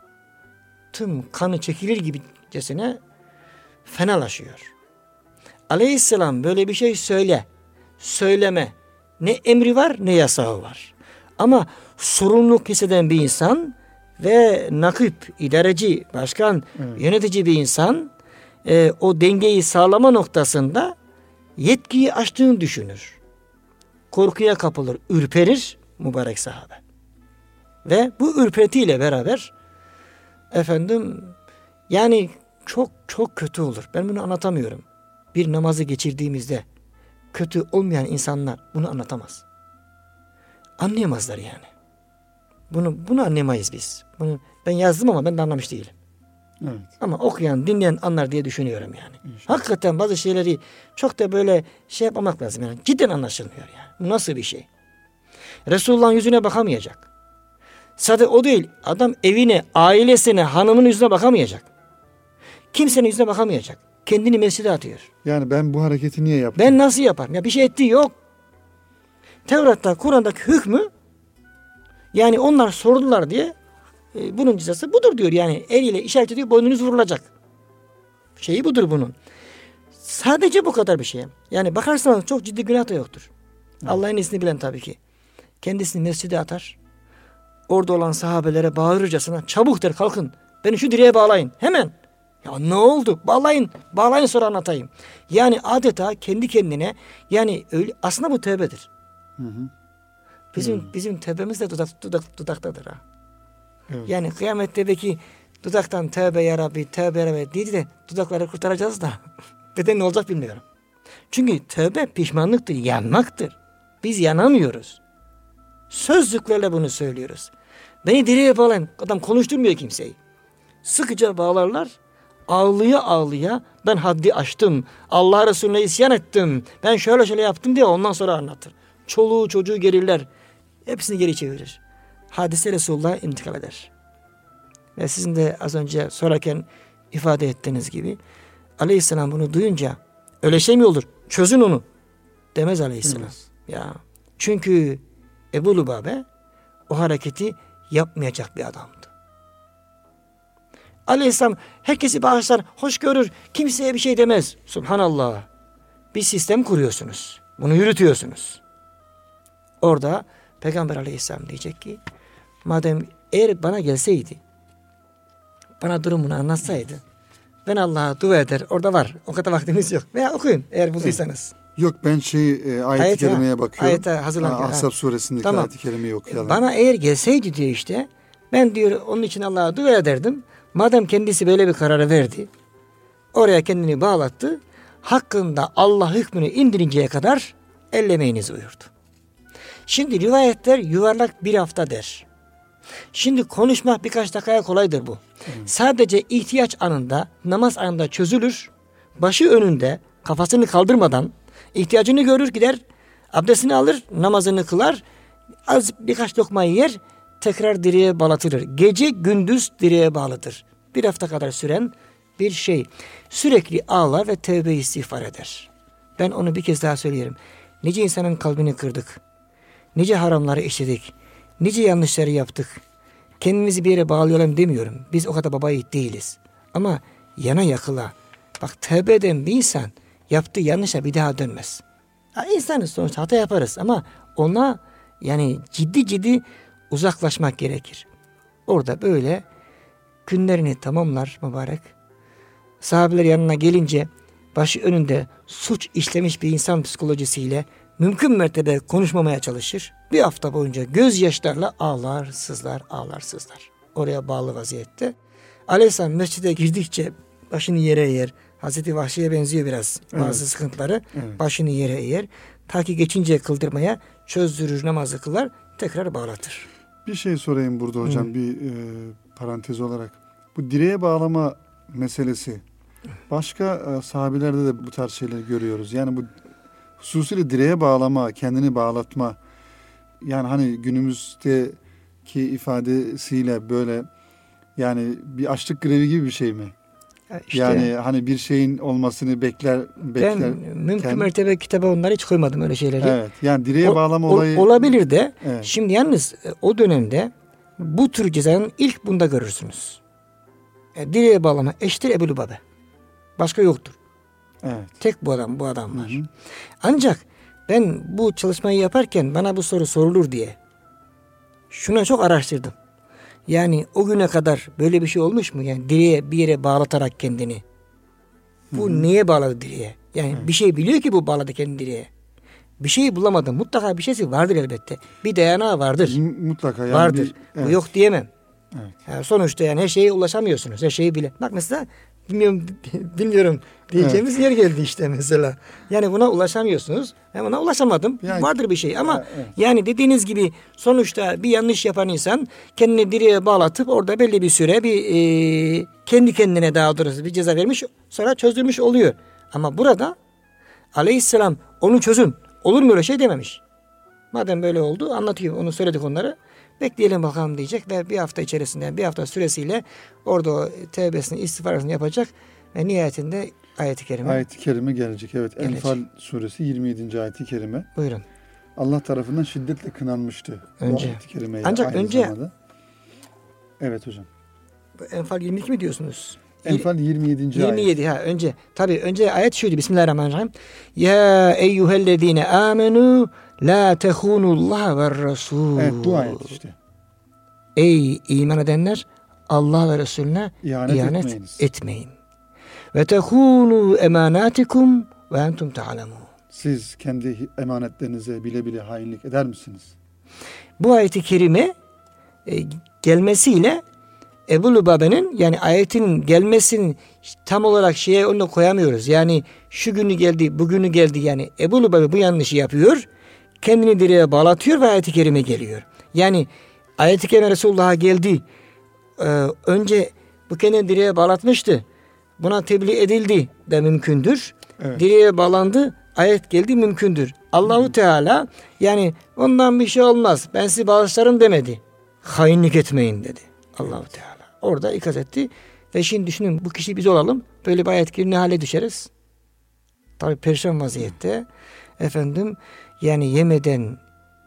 tüm kanı çekilir gibicesine fenalaşıyor. Aleyhisselam böyle bir şey söyleme. Ne emri var ne yasağı var. Ama sorumluluk hisseden bir insan ve nakip, idareci, başkan, yönetici bir insan o dengeyi sağlama noktasında yetkiyi aştığını düşünür. Korkuya kapılır, ürperir mübarek sahabe. Ve bu ürpertiyle beraber yani çok çok kötü olur. Ben bunu anlatamıyorum. Bir namazı geçirdiğimizde kötü olmayan insanlar bunu anlatamaz. Anlayamazlar yani. Bunu anlayamayız biz. Bunu ben yazdım ama ben de anlamış değilim. Evet. Ama okuyan, dinleyen anlar diye düşünüyorum yani. İnşallah. Hakikaten bazı şeyleri çok da böyle yapmamak lazım. Yani cidden anlaşılmıyor yani. Bu nasıl bir şey? Resulullah'ın yüzüne bakamayacak. Sadece o değil. Adam evine, ailesine, hanımının yüzüne bakamayacak. Kimsenin yüzüne bakamayacak. Kendini mescide atıyor. Yani ben bu hareketi niye yaptım? Ben nasıl yaparım? Ya bir şey ettiği yok. Tevrat'ta, Kur'an'daki hükmü yani onlar sordular diye bunun cezası budur diyor. Yani eliyle işaret ediyor, boynunuz vurulacak. Şeyi budur bunun. Sadece bu kadar bir şey. Yani bakarsanız çok ciddi günah da yoktur. Evet. Allah'ın izniyle bilen tabii ki. Kendisini mescide atar. Orada olan sahabelere bağırırcasına çabuk der kalkın. Beni şu direğe bağlayın. Hemen. Ya ne oldu? Bağlayın sonra anlatayım. Yani adeta kendi kendine yani öyle, aslında bu tövbedir. Bizim tövbemiz de dudaktadır ha. Evet. Yani kıyamette belki dudaktan tövbe ya Rabbi, tövbe ya Rabbi dedi de dudakları kurtaracağız da beden ne olacak bilmiyorum. Çünkü tövbe pişmanlıktır, yanmaktır. Biz yanamıyoruz. Sözlüklerle bunu söylüyoruz. Beni direğe bağlayın. Adam konuşturmuyor kimseyi. Sıkıca bağlarlar. Ağlıya ağlıya ben haddi aştım. Allah Resulüne isyan ettim. Ben şöyle şöyle yaptım diye ondan sonra anlatır. Çoluğu çocuğu gelirler. Hepsini geri çevirir. Hadise Resulullah'a intikal eder. Ve sizin de az önce sorarken ifade ettiğiniz gibi Aleyhisselam bunu duyunca öyle şey mi olur? Çözün onu demez Aleyhisselam. Ya. Çünkü Ebu Lübabe o hareketi yapmayacak bir adamdı. Aleyhisselam herkesi bağışlar, hoş görür, kimseye bir şey demez. Subhanallah. Bir sistem kuruyorsunuz. Bunu yürütüyorsunuz. Orada Peygamber Aleyhisselam diyecek ki madem eğer bana gelseydi, bana durumunu anlatsaydı, ben Allah'a dua eder. Orada var. O kadar vaktimiz yok. Veya okuyun eğer bulduysanız. Yok ben ayet-i kerimeye bakıyorum. Ayete hazırlanırken. Ahzab suresindeki tamam. ayet-i kerimeyi okuyalım. Bana eğer gelseydi diyor işte, ben diyor onun için Allah'a dua ederdim. Madem kendisi böyle bir kararı verdi, oraya kendini bağlattı, hakkında Allah hükmünü indirinceye kadar ellemeyiniz buyurdu. Şimdi rivayetler yuvarlak bir hafta der. Şimdi konuşmak birkaç dakikaya kolaydır bu. Sadece ihtiyaç anında, namaz anında çözülür, başı önünde, kafasını kaldırmadan, ihtiyacını görür gider, abdestini alır, namazını kılar, az birkaç lokmayı yer, tekrar direğe bağlatılır. Gece gündüz direğe bağlıdır. Bir hafta kadar süren bir şey. Sürekli ağlar ve tevbe istiğfar eder. Ben onu bir kez daha söyleyelim. Nice insanın kalbini kırdık. Nice haramları işledik. Nice yanlışları yaptık. Kendimizi bir yere bağlayalım demiyorum. Biz o kadar baba yiğit değiliz. Ama yana yakıla. Bak tevbe eden bir insan yaptığı yanlışa bir daha dönmez. Ha, insanız sonuçta hata yaparız ama ona yani ciddi uzaklaşmak gerekir. Orada böyle günlerini tamamlar mübarek. Sahabeler yanına gelince başı önünde suç işlemiş bir insan psikolojisiyle mümkün mertebe konuşmamaya çalışır. Bir hafta boyunca gözyaşlarla ağlar sızlar. Oraya bağlı vaziyette. Aleyhisselam mescide girdikçe başını yere eğer. Hazreti Vahşi'ye benziyor biraz bazı sıkıntıları. Evet. Başını yere eğer. Ta ki geçince kıldırmaya çözdürür, namazı kılar, tekrar bağlatır. Bir şey sorayım burada hocam bir parantez olarak. Bu direğe bağlama meselesi başka sahabilerde de bu tarz şeyleri görüyoruz. Yani bu hususuyla direğe bağlama, kendini bağlatma yani hani günümüzdeki ifadesiyle böyle yani bir açlık grevi gibi bir şey mi? İşte, yani hani bir şeyin olmasını bekler. Ben mümkün mertebe kitaba onları hiç koymadım öyle şeyleri. Evet. Yani direğe bağlama olayı olabilir de. Evet. Şimdi yalnız o dönemde bu tür cezanın ilk bunda görürsünüz. Direğe bağlama eşittir Ebu Lübabe. Başka yoktur. Evet. Tek bu adam var. Hı hı. Ancak ben bu çalışmayı yaparken bana bu soru sorulur diye şuna çok araştırdım. Yani o güne kadar böyle bir şey olmuş mu? Yani direğe bir yere bağlatarak kendini. Bu neye bağladı direğe? Yani bir şey biliyor ki bu bağladı kendini direğe. Bir şey bulamadım. Mutlaka bir şeysi vardır elbette. Bir dayanağı vardır. Mutlaka. Yani vardır. Bu yok diyemem. Evet. Yani sonuçta yani her şeye ulaşamıyorsunuz. Her şeyi bile. Bak mesela bilmiyorum diyeceğimiz yer geldi işte mesela. Yani buna ulaşamıyorsunuz. Ben buna ulaşamadım. Yani, vardır bir şey ama yani dediğiniz gibi sonuçta bir yanlış yapan insan kendini direğe bağlatıp orada belli bir süre kendi kendine daha doğrusu bir ceza vermiş sonra çözdürmüş oluyor. Ama burada Aleyhisselam onu çözün. Olur mu öyle şey dememiş. Madem böyle oldu anlatıyor. Onu söyledik onlara. Bekleyelim bakalım diyecek ve bir hafta içerisinde bir hafta süresiyle orada tevbesini istiğfarını yapacak ve nihayetinde ayet-i kerime. Ayet-i kerime gelecek. Evet. Gelecek. Enfal suresi 27. ayet-i kerime. Buyurun. Allah tarafından şiddetle kınanmıştı. Önce. Ayet-i kerimeyle ancak önce. Zamanda. Evet hocam. Enfal 22 mi diyorsunuz? Enfal 27. 27 ayet. Önce. Tabii önce ayet şuydu. Bismillahirrahmanirrahim. Ya eyyühellezine amenu la tehunullah ve rasul. Evet bu ayet işte. Ey iman edenler Allah ve Resulüne ihanet etmeyin. Ve tehunu emanatikum ve entum ta'lemun. Siz kendi emanetlerinize bile bile hainlik eder misiniz? Bu ayet-i kerime gelmesiyle Ebu Lübabe'nin yani ayetin gelmesinin tam olarak onu koyamıyoruz. Yani şu günü geldi, bugünü geldi yani Ebu Lübabe bu yanlışı yapıyor. Kendini direğe bağlatıyor ve ayet-i kerime geliyor. Yani ayet-i kerime Resulullah'a geldi. Önce bu kendini direğe bağlatmıştı. Buna tebliğ edildi de mümkündür. Evet. Direğe bağlandı, ayet geldi mümkündür. Allahu Teala yani ondan bir şey olmaz, ben sizi bağışlarım demedi. Hainlik etmeyin dedi Allahu Teala. Orada ikaz etti. Ve şimdi düşünün, bu kişi biz olalım. Böyle bir ayet gibi ne hale düşeriz? Tabii perişan vaziyette. Efendim yani yemeden,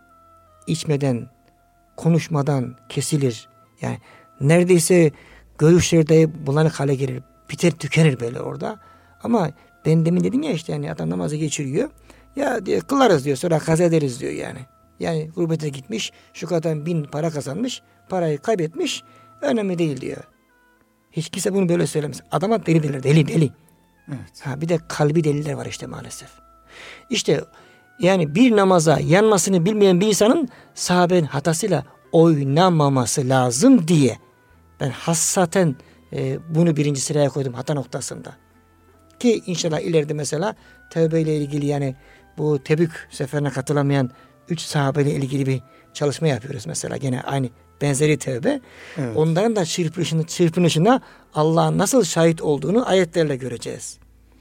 içmeden, konuşmadan kesilir. Yani neredeyse görüşlerde bulanık hale gelir. Biter tükenir böyle orada. Ama ben demin dedim ya işte yani adam namazı geçiriyor. Ya diyor kılarız diyor, sonra kaza ederiz diyor yani. Yani gurbete gitmiş, şu kadar 1000 para kazanmış, parayı kaybetmiş, önemli değil diyor. Hiç kimse bunu böyle söylemez. Adama deli derler, deli. Evet. Ha, bir de kalbi deliler var işte maalesef. İşte yani bir namaza yanmasını bilmeyen bir insanın sahabenin hatasıyla oynamaması lazım diye ben hassaten bunu birinci sıraya koydum hata noktasında. Ki inşallah ileride mesela tövbe ile ilgili yani bu Tebük seferine katılamayan 3 sahabeyle ilgili bir çalışma yapıyoruz mesela. Gene aynı benzeri tövbe. Evet. Onların da çırpınışına Allah'ın nasıl şahit olduğunu ayetlerle göreceğiz.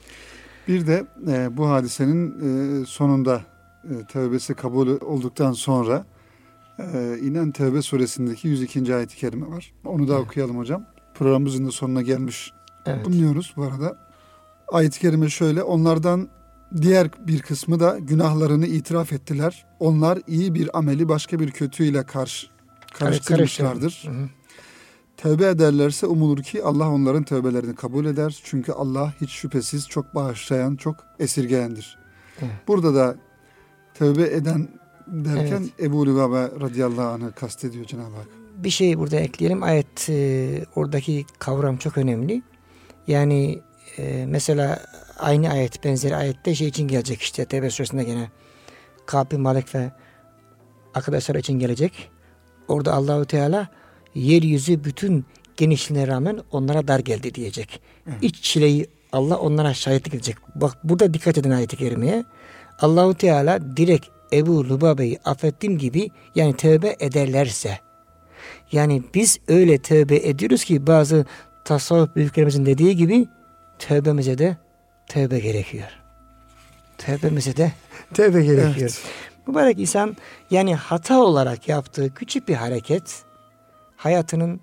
Bir de bu hadisenin sonunda tövbesi kabul olduktan sonra inen Tevbe suresindeki 102. ayet-i kerime var. Onu da okuyalım hocam. Programımızın da sonuna gelmiş bulunuyoruz bu arada. Ayet-i kerime şöyle: onlardan diğer bir kısmı da günahlarını itiraf ettiler. Onlar iyi bir ameli başka bir kötüyle karıştırmışlardır. Tövbe ederlerse umulur ki Allah onların tövbelerini kabul eder. Çünkü Allah hiç şüphesiz çok bağışlayan, çok esirgeyendir. Evet. Burada da tövbe eden derken Ebu Lübabe radıyallahu anh'ı kastediyor Cenab-ı Hak. Bir şey burada ekleyelim. Ayet oradaki kavram çok önemli. Yani mesela aynı ayet, benzeri ayette şey için gelecek işte. Tevbe suresinde gene Kâb bin Malik ve arkadaşlar için gelecek. Orada Allahu Teala yeryüzü bütün genişliğine rağmen onlara dar geldi diyecek. Evet. İç çileyi Allah onlara şahitlik edecek. Bak burada dikkat edin ayet-i kerimeye. Allahu Teala direkt Ebu Lübabe'yi affettiğim gibi yani tövbe ederlerse, yani biz öyle tövbe ediyoruz ki bazı tasavvuf büyüklerimizin dediği gibi tövbemize de tövbe gerekiyor. Tövbemize de tövbe gerekiyor. Evet. Mübarek insan yani hata olarak yaptığı küçük bir hareket hayatının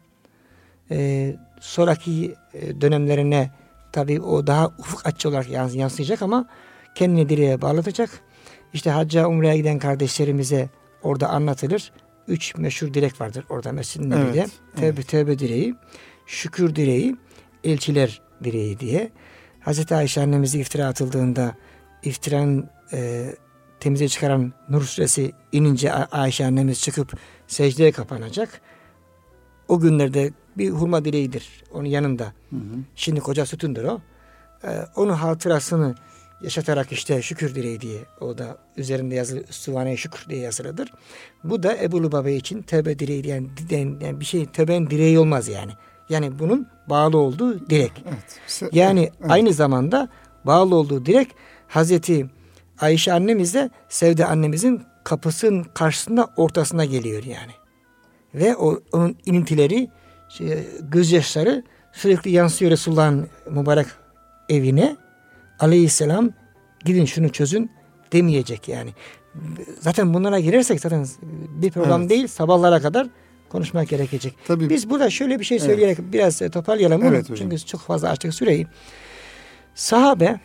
sonraki dönemlerine tabii o daha ufuk açıcı olarak yansıyacak ama kendini direğe bağlatacak. İşte hacca umreye giden kardeşlerimize orada anlatılır. 3 meşhur direk vardır orada Mescid-i Nebi'de. Tevbe direği, şükür direği, elçiler direği diye. Hazreti Ayşe annemize iftira atıldığında iftiranın temize çıkaran Nur suresi inince Ayşe annemiz çıkıp secdeye kapanacak. O günlerde bir hurma direğidir onun yanında. Hı hı. Şimdi koca sütundur o. Onun hatırasını yaşatarak işte şükür direği diye, o da üzerinde yazılı Üstüvane şükür diye yazılıdır. Bu da Ebu Lübabe için tövbe direği yani bir şey tövbenin direği olmaz yani. Yani bunun bağlı olduğu direk. Evet. Yani aynı zamanda bağlı olduğu direk Hazreti Ayşe annemiz de Sevde annemizin kapısının karşısında ortasına geliyor yani. Ve onun inintileri, gözyaşları sürekli yansıyor Resulullah'ın mübarek evine. Aleyhisselam gidin şunu çözün demeyecek yani. Zaten bunlara girersek zaten bir program değil, sabahlara kadar konuşmak gerekecek. Tabii. Biz burada şöyle bir şey söyleyerek biraz toparlayalım. Evet, çünkü çok fazla açtık süreyi. Sahabe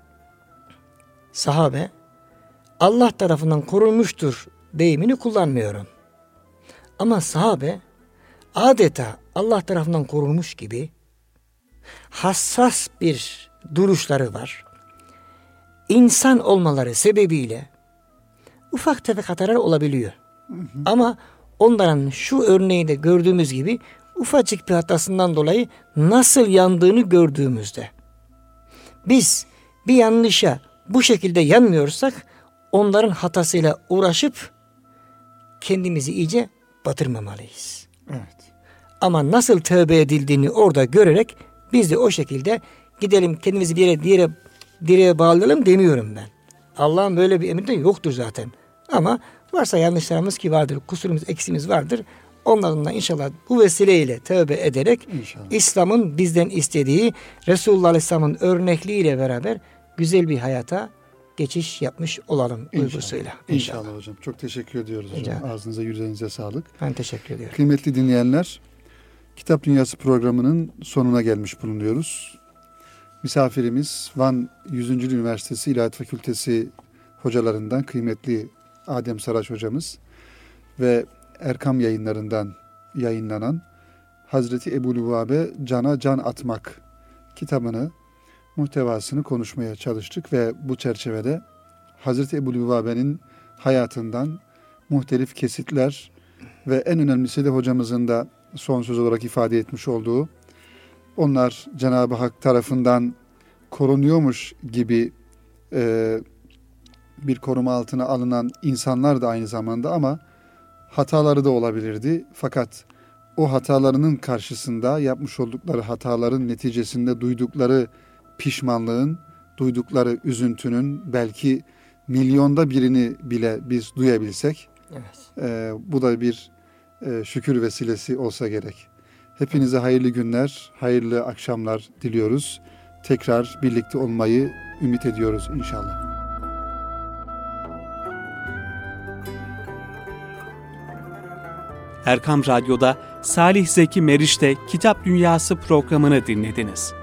Allah tarafından korunmuştur deyimini kullanmıyorum. Ama sahabe adeta Allah tarafından korunmuş gibi hassas bir duruşları var. İnsan olmaları sebebiyle ufak tefek hatalar olabiliyor. Hı hı. Ama onların şu örneği de gördüğümüz gibi ufacık bir hatasından dolayı nasıl yandığını gördüğümüzde biz bir yanlışa bu şekilde yanmıyorsak onların hatasıyla uğraşıp kendimizi iyice batırmamalıyız. Evet. Ama nasıl tövbe edildiğini orada görerek biz de o şekilde gidelim kendimizi bir yere direğe bağlayalım demiyorum ben. Allah'ın böyle bir emri de yoktur zaten. Ama varsa yanlışlarımız ki vardır, kusurumuz, eksiğimiz vardır. Onların da inşallah bu vesileyle tövbe ederek İnşallah. İslam'ın bizden istediği Resulullah Aleyhisselam'ın örnekliğiyle beraber güzel bir hayata geçiş yapmış olalım duygusuyla. İnşallah hocam. Çok teşekkür ediyoruz hocam. Ağzınıza yüreğinize sağlık. Ben teşekkür ediyorum. Kıymetli dinleyenler, Kitap Dünyası programının sonuna gelmiş bulunuyoruz. Misafirimiz Van 100. Üniversitesi İlahiyat Fakültesi hocalarından kıymetli Adem Saraç hocamız ve Erkam Yayınlarından yayınlanan Hazreti Ebu Lübabe Cana Can Atmak kitabını, muhtevasını konuşmaya çalıştık ve bu çerçevede Hazreti Ebu Lübabe'nin hayatından muhtelif kesitler ve en önemlisi de hocamızın da son söz olarak ifade etmiş olduğu, onlar Cenab-ı Hak tarafından korunuyormuş gibi bir koruma altına alınan insanlar da aynı zamanda, ama hataları da olabilirdi. Fakat o hatalarının karşısında, yapmış oldukları hataların neticesinde duydukları pişmanlığın, duydukları üzüntünün belki milyonda birini bile biz duyabilsek, bu da bir şükür vesilesi olsa gerek. Hepinize hayırlı günler, hayırlı akşamlar diliyoruz. Tekrar birlikte olmayı ümit ediyoruz inşallah. Erkam Radyo'da Salih Zeki Meriç'te Kitap Dünyası programını dinlediniz.